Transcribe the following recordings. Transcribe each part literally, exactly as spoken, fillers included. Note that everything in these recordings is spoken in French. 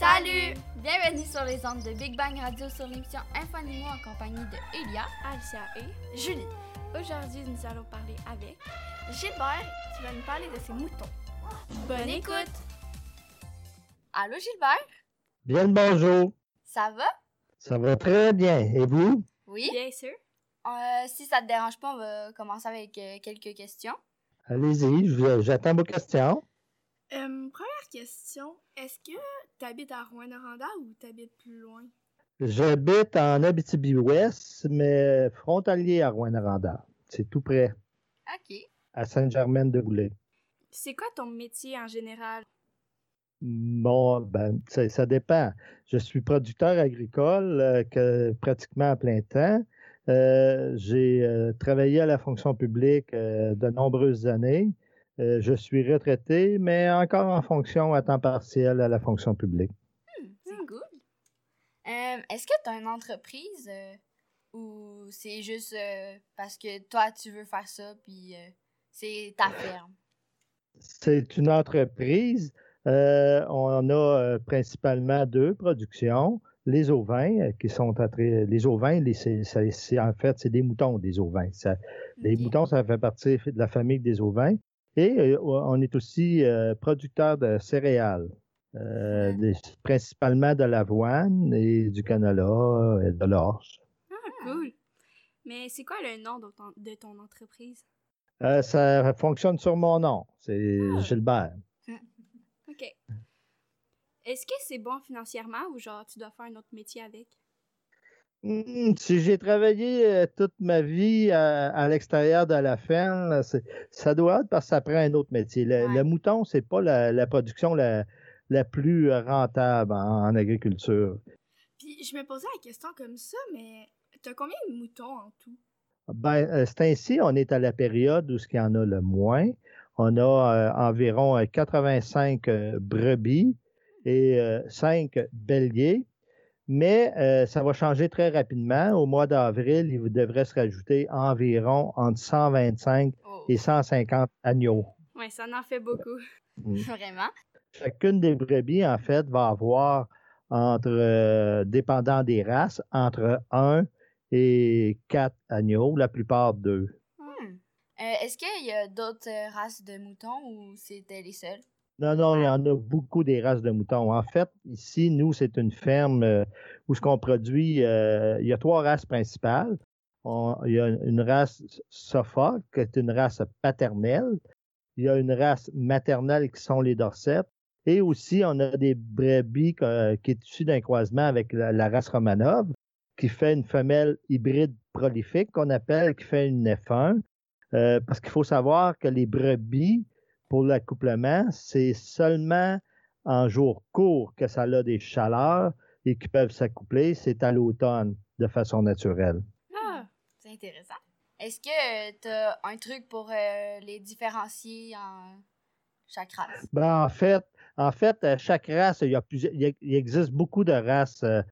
Salut! Bienvenue sur les ondes de Big Bang Radio sur l'émission Infonimo en compagnie de Elia, Alicia et Julie. Aujourd'hui, nous allons parler avec Gilbert qui va nous parler de ses moutons. Bonne écoute! Allô Gilbert? Bien le bonjour. Ça va? Ça va très bien. Et vous? Oui. Bien sûr. Euh, si ça te dérange pas, on va commencer avec euh, quelques questions. Allez-y, je- j'attends vos questions. Euh, première question, est-ce que tu habites à Rouyn-Noranda ou tu habites plus loin? J'habite en Abitibi-Ouest, mais frontalier à Rouyn-Noranda. C'est tout près, OK. à Sainte-Germaine-de-Boulay. C'est quoi ton métier en général? Bon, ben, ça, ça dépend. Je suis producteur agricole euh, que, pratiquement à plein temps. Euh, j'ai euh, travaillé à la fonction publique euh, de nombreuses années. Euh, je suis retraité, mais encore en fonction à temps partiel à la fonction publique. Hmm, c'est cool. Euh, est-ce que tu as une entreprise euh, ou c'est juste euh, parce que toi, tu veux faire ça puis euh, c'est ta ferme? C'est une entreprise. Euh, on a euh, principalement deux productions. Les ovins, euh, qui sont entrés- les ovins, les, c'est, c'est- c'est- en fait, c'est des moutons, des ovins. Ça- Les Ok. moutons, ça fait partie de la famille des ovins. Et euh, on est aussi euh, producteur de céréales, euh, Ouais. des- principalement de l'avoine et du canola et de l'orge. Ah, cool! Mais c'est quoi le nom de ton, de ton entreprise? Euh, ça fonctionne sur mon nom, c'est Ah. Gilbert. OK. Est-ce que c'est bon financièrement ou genre tu dois faire un autre métier avec? Hmm, si j'ai travaillé euh, toute ma vie à, à l'extérieur de la ferme, c'est- ça doit être parce que ça prend un autre métier. Le, Ouais. le mouton, c'est pas la, la production la, la plus rentable en, en agriculture. Puis je me posais la question comme ça, mais t'as combien de moutons en tout? Ben, euh, c'est ainsi, on est à la période où ce qu'il y en a le moins. On a euh, environ euh, quatre-vingt-cinq euh, brebis et euh, cinq béliers. Mais euh, ça va changer très rapidement. Au mois d'avril, il devrait se rajouter environ entre cent vingt-cinq Oh, et cent cinquante agneaux. Ouais, ça en fait beaucoup. Mm. vraiment? Chacune des brebis, en fait, va avoir, entre, euh, dépendant des races, entre un et quatre agneaux, la plupart deux. Hmm. Euh, est-ce qu'il y a d'autres euh, races de moutons ou c'était les seuls? Non, non, il y en a beaucoup des races de moutons. En fait, ici, nous, c'est une ferme euh, où ce qu'on produit, euh, il y a trois races principales. On- il y a une race Suffolk, qui est une race paternelle. Il y a une race maternelle qui sont les Dorsettes. Et aussi, on a des brebis euh, qui est issue d'un croisement avec la, la race Romanov, qui fait une femelle hybride prolifique qu'on appelle, qui fait une F un. Euh, parce qu'il faut savoir que les brebis, pour l'accouplement, c'est seulement en jours courts que ça a des chaleurs et qui peuvent s'accoupler. C'est à l'automne de façon naturelle. Ah! C'est intéressant. Est-ce que tu as un truc pour euh, les différencier en chaque race? Ben, en fait, en fait, euh, chaque race, il y a plusieurs, il, y a- il existe beaucoup de races euh,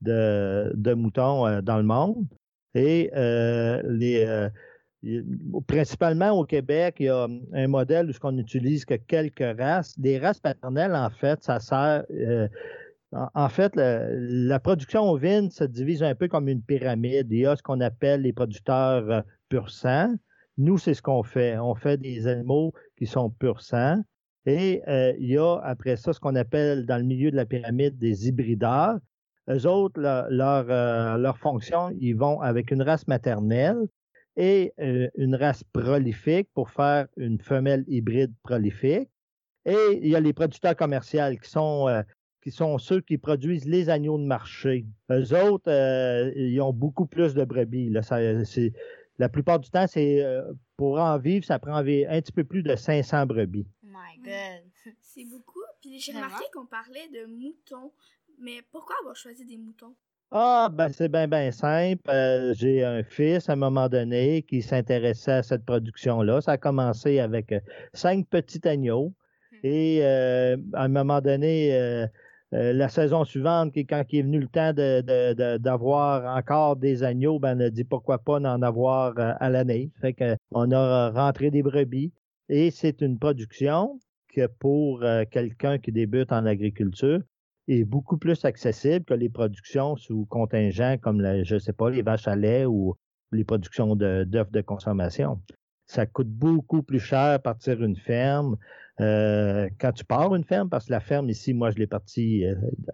de, de moutons euh, dans le monde. Et euh, les, euh, il- principalement au Québec, il y a hum, un modèle où ce qu'on n'utilise que quelques races. Des races paternelles, en fait, ça sert. euh, en, en fait, le- la production ovine se divise un peu comme une pyramide. Il y a ce qu'on appelle les producteurs euh, pur sang. Nous, c'est ce qu'on fait. On fait des animaux qui sont pur sang. Et euh, il y a après ça ce qu'on appelle dans le milieu de la pyramide des hybrideurs. Eux autres, leur, leur, euh, leur fonction, ils vont avec une race maternelle et euh, une race prolifique pour faire une femelle hybride prolifique. Et il y a les producteurs commerciaux qui sont, euh, qui sont ceux qui produisent les agneaux de marché. Eux autres, euh, ils ont beaucoup plus de brebis. Là. Ça, c'est, la plupart du temps, c'est euh, pour en vivre, ça prend envi- un petit peu plus de cinq cents brebis. My God. C'est beaucoup. Puis j'ai Vraiment? remarqué qu'on parlait de moutons. Mais pourquoi avoir choisi des moutons? Ah, ben c'est bien, bien simple. Euh, j'ai un fils à un moment donné qui s'intéressait à cette production-là. Ça a commencé avec euh, cinq petits agneaux. Et euh, à un moment donné, euh, euh, la saison suivante, qui- quand il est venu le temps de, de- de- d'avoir encore des agneaux, ben, on a dit pourquoi pas en avoir euh, à l'année. Fait que on a rentré des brebis. Et c'est une production que pour euh, quelqu'un qui débute en agriculture, est beaucoup plus accessible que les productions sous contingent comme, la, je ne sais pas, les vaches à lait ou les productions de, d'œufs de consommation. Ça coûte beaucoup plus cher partir une ferme. Euh, quand tu pars une ferme, parce que la ferme ici, moi, je l'ai partie euh,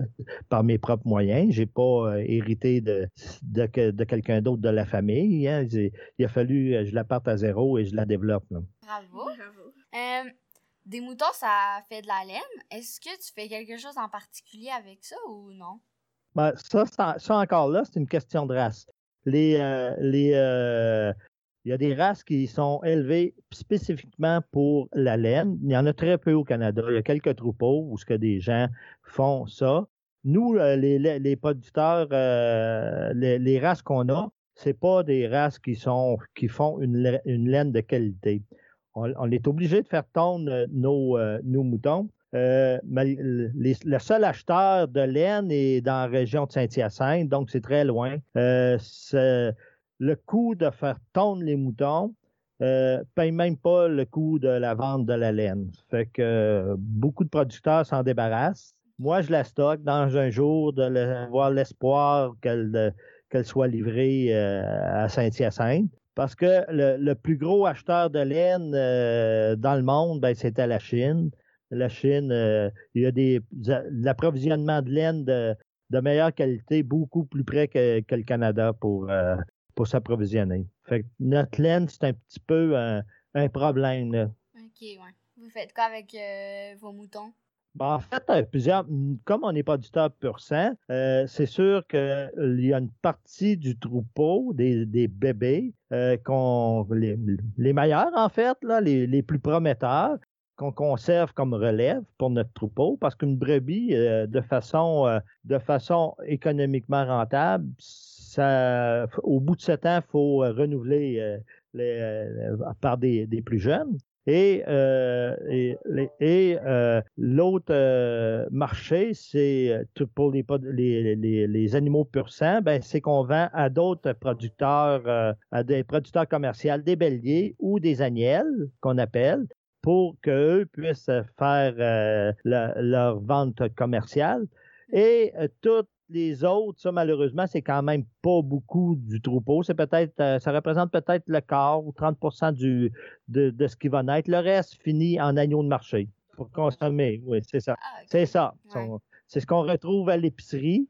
par mes propres moyens. Je n'ai pas euh, hérité de, de, de quelqu'un d'autre de la famille. Hein. Il a fallu que je la parte à zéro et je la développe. Là. Bravo. Bravo. Euh, des moutons, ça fait de la laine. Est-ce que tu fais quelque chose en particulier avec ça ou non? Ben, ça, ça, ça encore là, c'est une question de race. Les, euh, les, euh, il y a des races qui sont élevées spécifiquement pour la laine. Il y en a très peu au Canada. Il y a quelques troupeaux où ce que des gens font ça. Nous, euh, les, les producteurs, euh, les, les races qu'on a, c'est pas des races qui sont qui font une, une laine de qualité. On, on est obligé de faire tondre nos, euh, nos moutons. Euh, mais les, le seul acheteur de laine est dans la région de Saint-Hyacinthe, donc c'est très loin. Euh, c'est, le coût de faire tondre les moutons ne euh, paye même pas le coût de la vente de la laine. Fait que euh, beaucoup de producteurs s'en débarrassent. Moi, je la stocke dans un jour de avoir l'espoir qu'elle, qu'elle soit livrée euh, à Saint-Hyacinthe. Parce que le, le plus gros acheteur de laine euh, dans le monde, ben, c'était la Chine. La Chine, euh, il y a des, de l'approvisionnement de laine de, de meilleure qualité, beaucoup plus près que, que le Canada pour, euh, pour s'approvisionner. Fait que notre laine, c'est un petit peu un, un problème. Là. OK, ouais. Vous faites quoi avec euh, vos moutons? Ben, en fait, euh, plusieurs, comme on n'est pas du top pur sang, euh, c'est sûr qu'il y a une partie du troupeau, des, des bébés, euh, qu'on, les, les meilleurs en fait, là, les, les plus prometteurs, qu'on conserve comme relève pour notre troupeau, parce qu'une brebis, euh, de façon, euh, de façon économiquement rentable, ça, au bout de sept ans, il faut renouveler euh, les, euh, par des, des plus jeunes. Et, euh, et, et euh, l'autre euh, marché, c'est pour les, les, les, les animaux pur sang, ben, c'est qu'on vend à d'autres producteurs, euh, à des producteurs commerciaux, des béliers ou des agnelles, qu'on appelle, pour qu'eux puissent faire euh, la, leur vente commerciale. Et euh, toutes les autres, ça, malheureusement, c'est quand même pas beaucoup du troupeau. C'est peut-être, euh, ça représente peut-être le quart ou trente pour cent du, de, de ce qui va naître. Le reste finit en agneau de marché pour consommer. Oui, c'est ça. Ah, okay. C'est ça. Ouais. C'est ce qu'on retrouve à l'épicerie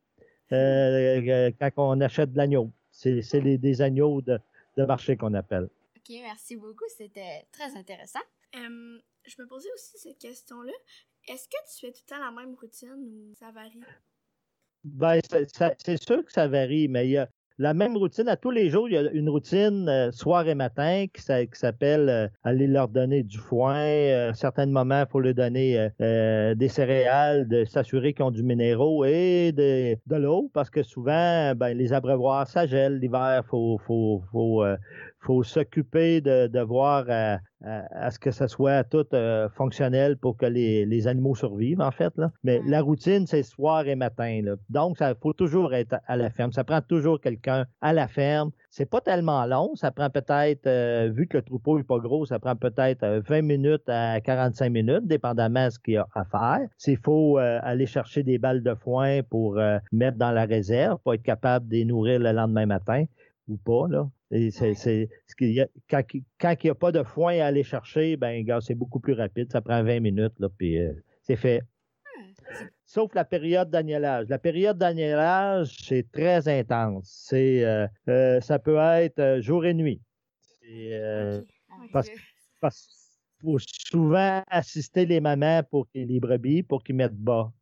euh, quand on achète de l'agneau. C'est, c'est les, des agneaux de, de marché qu'on appelle. OK, merci beaucoup. C'était très intéressant. Um, je me posais aussi cette question-là. Est-ce que tu fais tout le temps la même routine ou ça varie? Ben, c'est, ça, c'est sûr que ça varie, mais il y a la même routine. À tous les jours, il y a une routine euh, soir et matin qui, qui s'appelle euh, aller leur donner du foin. Euh, à certains moments, il faut leur donner euh, euh, des céréales, de s'assurer qu'ils ont du minéraux et de, de l'eau, parce que souvent, ben, les abreuvoirs, ça gèle l'hiver. Il faut, faut, faut, euh, faut s'occuper de, de voir à, à, à ce que ça soit tout euh, fonctionnel pour que les, les animaux survivent, en fait. Là. Mais Ouais. la routine, c'est soir et matin. Là. Donc, il faut toujours être à la ferme. Ça prend toujours quelqu'un à la ferme. C'est pas tellement long. Ça prend peut-être, euh, vu que le troupeau n'est pas gros, ça prend peut-être vingt minutes à quarante-cinq minutes, dépendamment de ce qu'il y a à faire. S'il faut euh, aller chercher des balles de foin pour euh, mettre dans la réserve, pour être capable de les nourrir le lendemain matin ou pas, là. Et c'est, Ouais. c'est, ce qu'il y a, quand, quand il n'y a pas de foin à aller chercher, ben, gars, c'est beaucoup plus rapide. Ça prend vingt minutes, là, puis euh, c'est fait. Hmm, c'est... Sauf la période d'agnelage. La période d'agnelage, c'est très intense. C'est, euh, euh, ça peut être euh, jour et nuit. C'est, euh, Ok. Mon parce Dieu. parce qu'il faut souvent assister les mamans pour qu'ils, les brebis pour qu'ils mettent bas.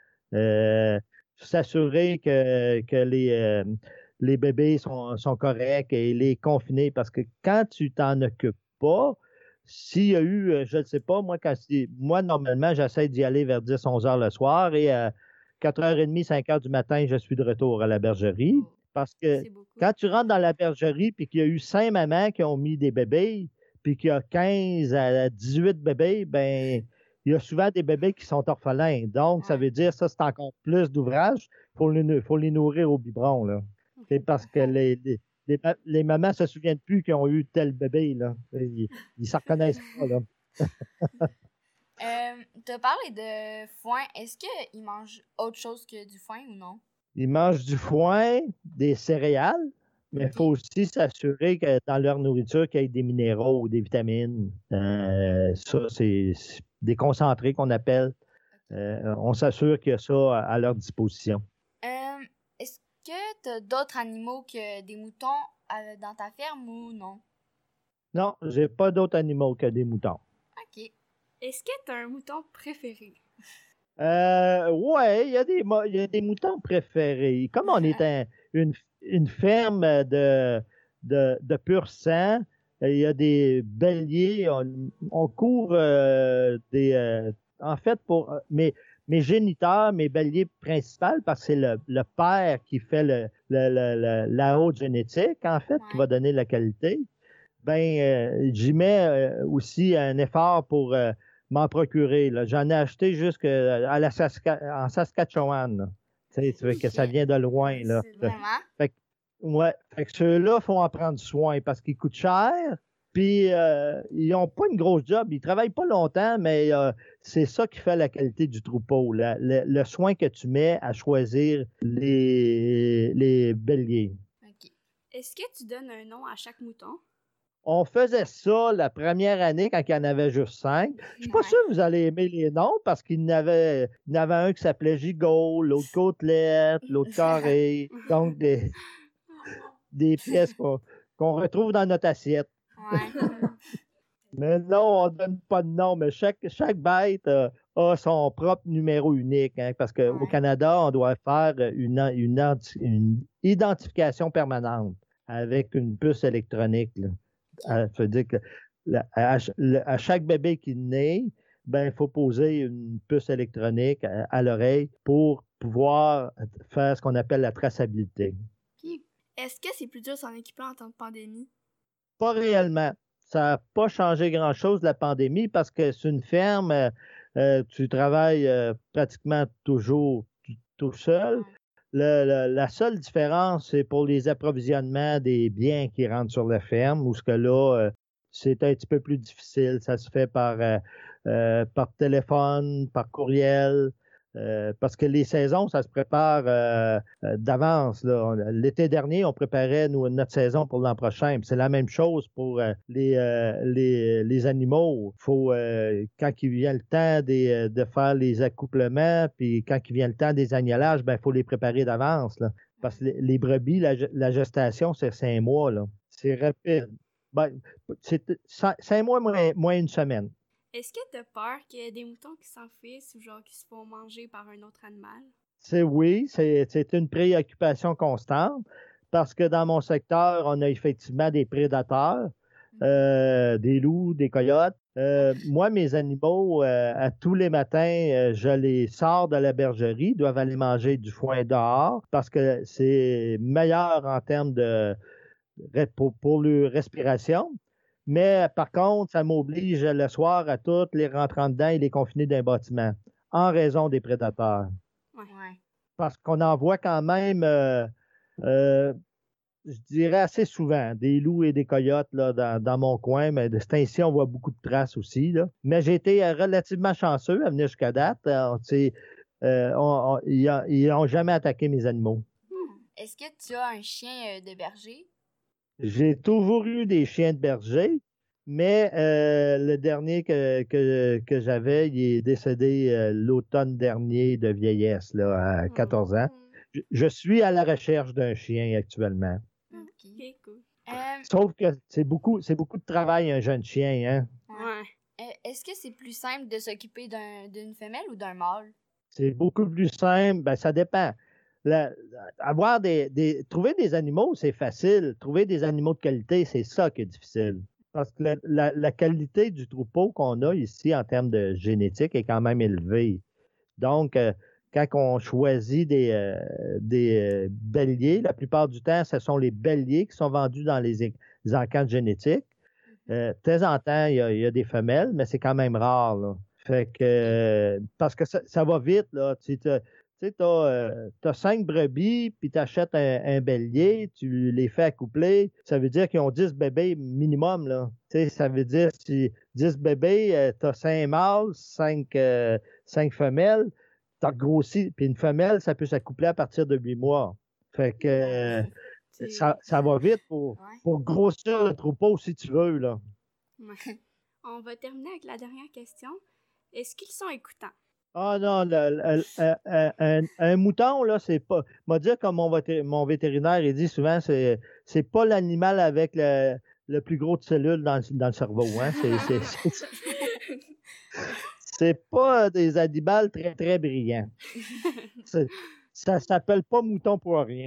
Euh, s'assurer que, que les, euh, les bébés sont, sont corrects et les confiner parce que quand tu t'en occupes pas, s'il y a eu, euh, je ne sais pas, moi, quand c'est- moi, normalement, j'essaie d'y aller vers dix onze heures le soir et à quatre heures trente, cinq heures du matin, je suis de retour à la bergerie Oh, parce que C'est beaucoup. quand tu rentres dans la bergerie puis qu'il y a eu cinq mamans qui ont mis des bébés puis qu'il y a quinze à dix-huit bébés, ben il y a souvent des bébés qui sont orphelins. Donc, ça ouais. veut dire ça, c'est encore plus d'ouvrage. Il faut les, faut les nourrir au biberon. Là. C'est parce que les, les, les, les mamans ne se souviennent plus qu'ils ont eu tel bébé. Là. Ils ne s'en reconnaissent pas. Là. Euh, t'as parlé de foin. Est-ce qu'ils mangent autre chose que du foin ou non? Ils mangent du foin, des céréales, mais il faut Ok. aussi s'assurer que dans leur nourriture, qu'il y ait des minéraux ou des vitamines. Euh, ça, c'est c'est des concentrés qu'on appelle. Euh, on s'assure qu'il y a ça à, à leur disposition. Euh, est-ce que t'as d'autres animaux que des moutons euh, dans ta ferme ou non? Non, j'ai pas d'autres animaux que des moutons. Ok. Est-ce que t'as un mouton préféré? Euh, ouais, il y a des, mo- il y a des moutons préférés. Comme on est un- une, une ferme de, de, de pur sang, euh, il y a des béliers. On, on couvre euh, des. euh, en fait, pour euh, mes, mes géniteurs, mes béliers principaux, parce que c'est le, le père qui fait le, le- le- le- la haute génétique, en fait, qui Ouais. va donner la qualité. Ben, euh, j'y mets euh, aussi un effort pour euh, m'en procurer, là. J'en ai acheté jusqu'à la Saska- en Saskatchewan, là. Tu sais, tu vois que ça Ok. vient de loin, là. C'est Fait, Vraiment? fait que, ouais, fait que ceux-là, il faut en prendre soin parce qu'ils coûtent cher. Puis, euh, ils n'ont pas une grosse job. Ils travaillent pas longtemps, mais euh, c'est ça qui fait la qualité du troupeau. La- le, le soin que tu mets à choisir les, les béliers. Ok. Est-ce que tu donnes un nom à chaque mouton? On faisait ça la première année quand il y en avait juste cinq. Je suis pas Ouais. sûr que vous allez aimer les noms parce qu'il y en avait, il y en avait un qui s'appelait Gigot, l'autre Côtelette, l'autre Carré. Donc, des, des pièces qu'on qu'on retrouve dans notre assiette. Ouais. Mais non, on donne pas de nom, mais chaque, chaque bête euh, a son propre numéro unique, hein, parce qu'au Ouais. Canada, on doit faire une, une, anti- une identification permanente avec une puce électronique, là. Euh, ça veut dire que la- à, ch- le- à chaque bébé qui naît, ben, il faut poser une puce électronique à, à l'oreille pour pouvoir faire ce qu'on appelle la traçabilité. Ok. Est-ce que c'est plus dur de s'en occuper en temps de pandémie? Pas réellement. Ça n'a pas changé grand-chose la pandémie parce que c'est une ferme, euh, euh, tu travailles euh, pratiquement toujours tout, tout seul. Ouais. Le- le- la seule différence, c'est pour les approvisionnements des biens qui rentrent sur la ferme, où ce que là, euh, c'est un petit peu plus difficile. Ça se fait par, euh, euh, par téléphone, par courriel, euh, parce que les saisons, ça se prépare euh, euh, d'avance, là. On- L'été dernier, on préparait nous, notre saison pour l'an prochain. Puis c'est la même chose pour euh, les, euh, les, les animaux. Faut, euh, quand il vient le temps des, euh, de faire les accouplements, puis quand il vient le temps des agnelages, ben, il faut les préparer d'avance, là. Parce que les, les brebis, la, ge- la gestation, c'est cinq mois, là. C'est rapide. Ben, c'est cin- cinq mois moins, moins une semaine. Est-ce que t'as peur qu'il y ait des moutons qui s'enfuient ou genre qui se font manger par un autre animal? C'est oui, c'est c'est une préoccupation constante parce que dans mon secteur, on a effectivement des prédateurs, euh, des loups, des coyotes. Euh, moi, mes animaux, euh, à tous les matins, euh, je les sors de la bergerie, ils doivent aller manger du foin dehors parce que c'est meilleur en termes de pour, pour leur respiration. Mais par contre, ça m'oblige le soir à tous les rentrant dedans et les confiner d'un bâtiment en raison des prédateurs. Ouais. Ouais. Parce qu'on en voit quand même, euh, euh, je dirais assez souvent, des loups et des coyotes là, dans, dans mon coin, mais de ce temps-ci, on voit beaucoup de traces aussi, là. Mais j'ai été euh, relativement chanceux à venir jusqu'à date. Euh, tu sais, euh, on- on- ils n'ont jamais attaqué mes animaux. Hmm. Est-ce que tu as un chien euh, de berger? J'ai toujours eu des chiens de berger, mais euh, le dernier que, que, que j'avais, il est décédé euh, l'automne dernier de vieillesse, là, à quatorze ans. Je, je suis à la recherche d'un chien actuellement. Ok. Ok, cool. Euh, Sauf que c'est beaucoup, c'est beaucoup de travail, un jeune chien, hein. ouais. Ouais. Euh, Est-ce que c'est plus simple de s'occuper d'un- d'une femelle ou d'un mâle? C'est beaucoup plus simple. Ben, ça dépend. La- avoir des, des- trouver des animaux, c'est facile. Trouver des animaux de qualité, c'est ça qui est difficile. Parce que la, la- la qualité du troupeau qu'on a ici en termes de génétique est quand même élevée. Donc, euh, quand on choisit des, euh, des euh, béliers, la plupart du temps, ce sont les béliers qui sont vendus dans les, é- les encans de génétique. Euh, de temps en temps, il y a, il y a des femelles, mais c'est quand même rare, là. Fait que, euh, parce que ça, ça va vite, là. Tu sais, tu Tu sais, tu as cinq brebis, puis tu achètes un, un bélier, tu les fais accoupler. Ça veut dire qu'ils ont dix bébés minimum, là. Tu sais, ça veut dire si dix bébés, tu as cinq mâles, cinq femelles, tu as grossi. Puis une femelle, ça peut s'accoupler à partir de huit mois. Fait que euh, ça, ça va vite pour, Ouais. pour grossir le troupeau si tu veux, là. Ouais. On va terminer avec la dernière question. Est-ce qu'ils sont écoutants? Ah non, le- le- le- un, un- un mouton, là, c'est pas. M'a dire comme mon, vété- mon vétérinaire, il dit souvent, c'est c'est pas l'animal avec le, le plus gros de cellules dans, le- dans le cerveau. Hein? C'est, c'est, c'est, c'est pas des animaux très, très brillants. C'est- ça s'appelle pas mouton pour rien.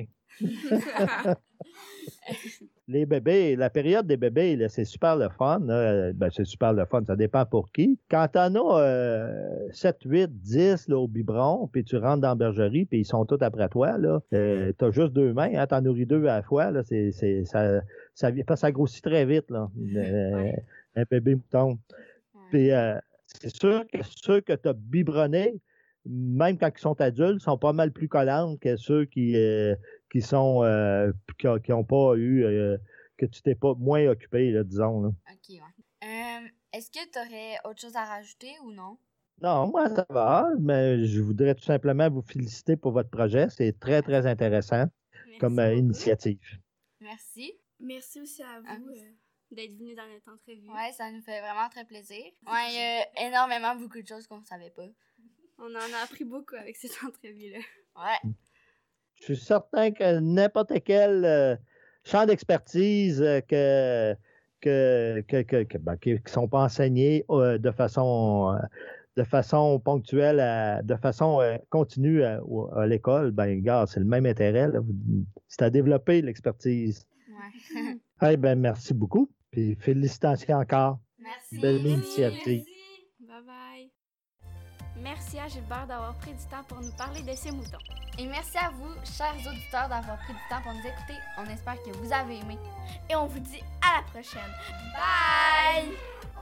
Les bébés, la période des bébés, là, c'est super le fun. Là. Ben, c'est super le fun, ça dépend pour qui. Quand t'en as euh, sept, huit, dix là, au biberon, puis tu rentres dans la bergerie, puis ils sont tous après toi, là, euh, t'as juste deux mains, hein, t'en nourris deux à la fois, là, c'est, c'est, ça, ça, ça, ça grossit très vite, là, euh, un bébé mouton. Puis euh, c'est sûr que ceux que tu as biberonnés, même quand ils sont adultes, sont pas mal plus collantes que ceux qui, euh, qui sont euh, qui n'ont pas eu euh, que tu t'es pas moins occupé, là, disons. Là. OK, ouais. Euh, est-ce que tu aurais autre chose à rajouter ou non? Non, moi, ça va, mais je voudrais tout simplement vous féliciter pour votre projet. C'est très, très intéressant Merci comme euh, beaucoup. initiative. Merci. Merci aussi à vous Ah, euh, d'être venu dans notre entrevue. Ouais, ça nous fait vraiment très plaisir. Ouais, il y a énormément beaucoup de choses qu'on ne savait pas. On en a appris beaucoup avec cette entrevue-là. Ouais. Je suis certain que n'importe quel euh, champ d'expertise euh, que, que, que, que, que- ben, qui ne sont pas enseignés euh, de façon euh, de façon ponctuelle, à- de façon euh, continue à, au- à l'école, ben regarde, c'est le même intérêt. Là. Vous- C'est à développer l'expertise. Ouais. Eh ben, merci beaucoup. Puis félicitations encore. Merci. Belle Merci. initiative. Bye bye. Merci à Gilbert d'avoir pris du temps pour nous parler de ses moutons. Et merci à vous, chers auditeurs, d'avoir pris du temps pour nous écouter. On espère que vous avez aimé. Et on vous dit à la prochaine. Bye!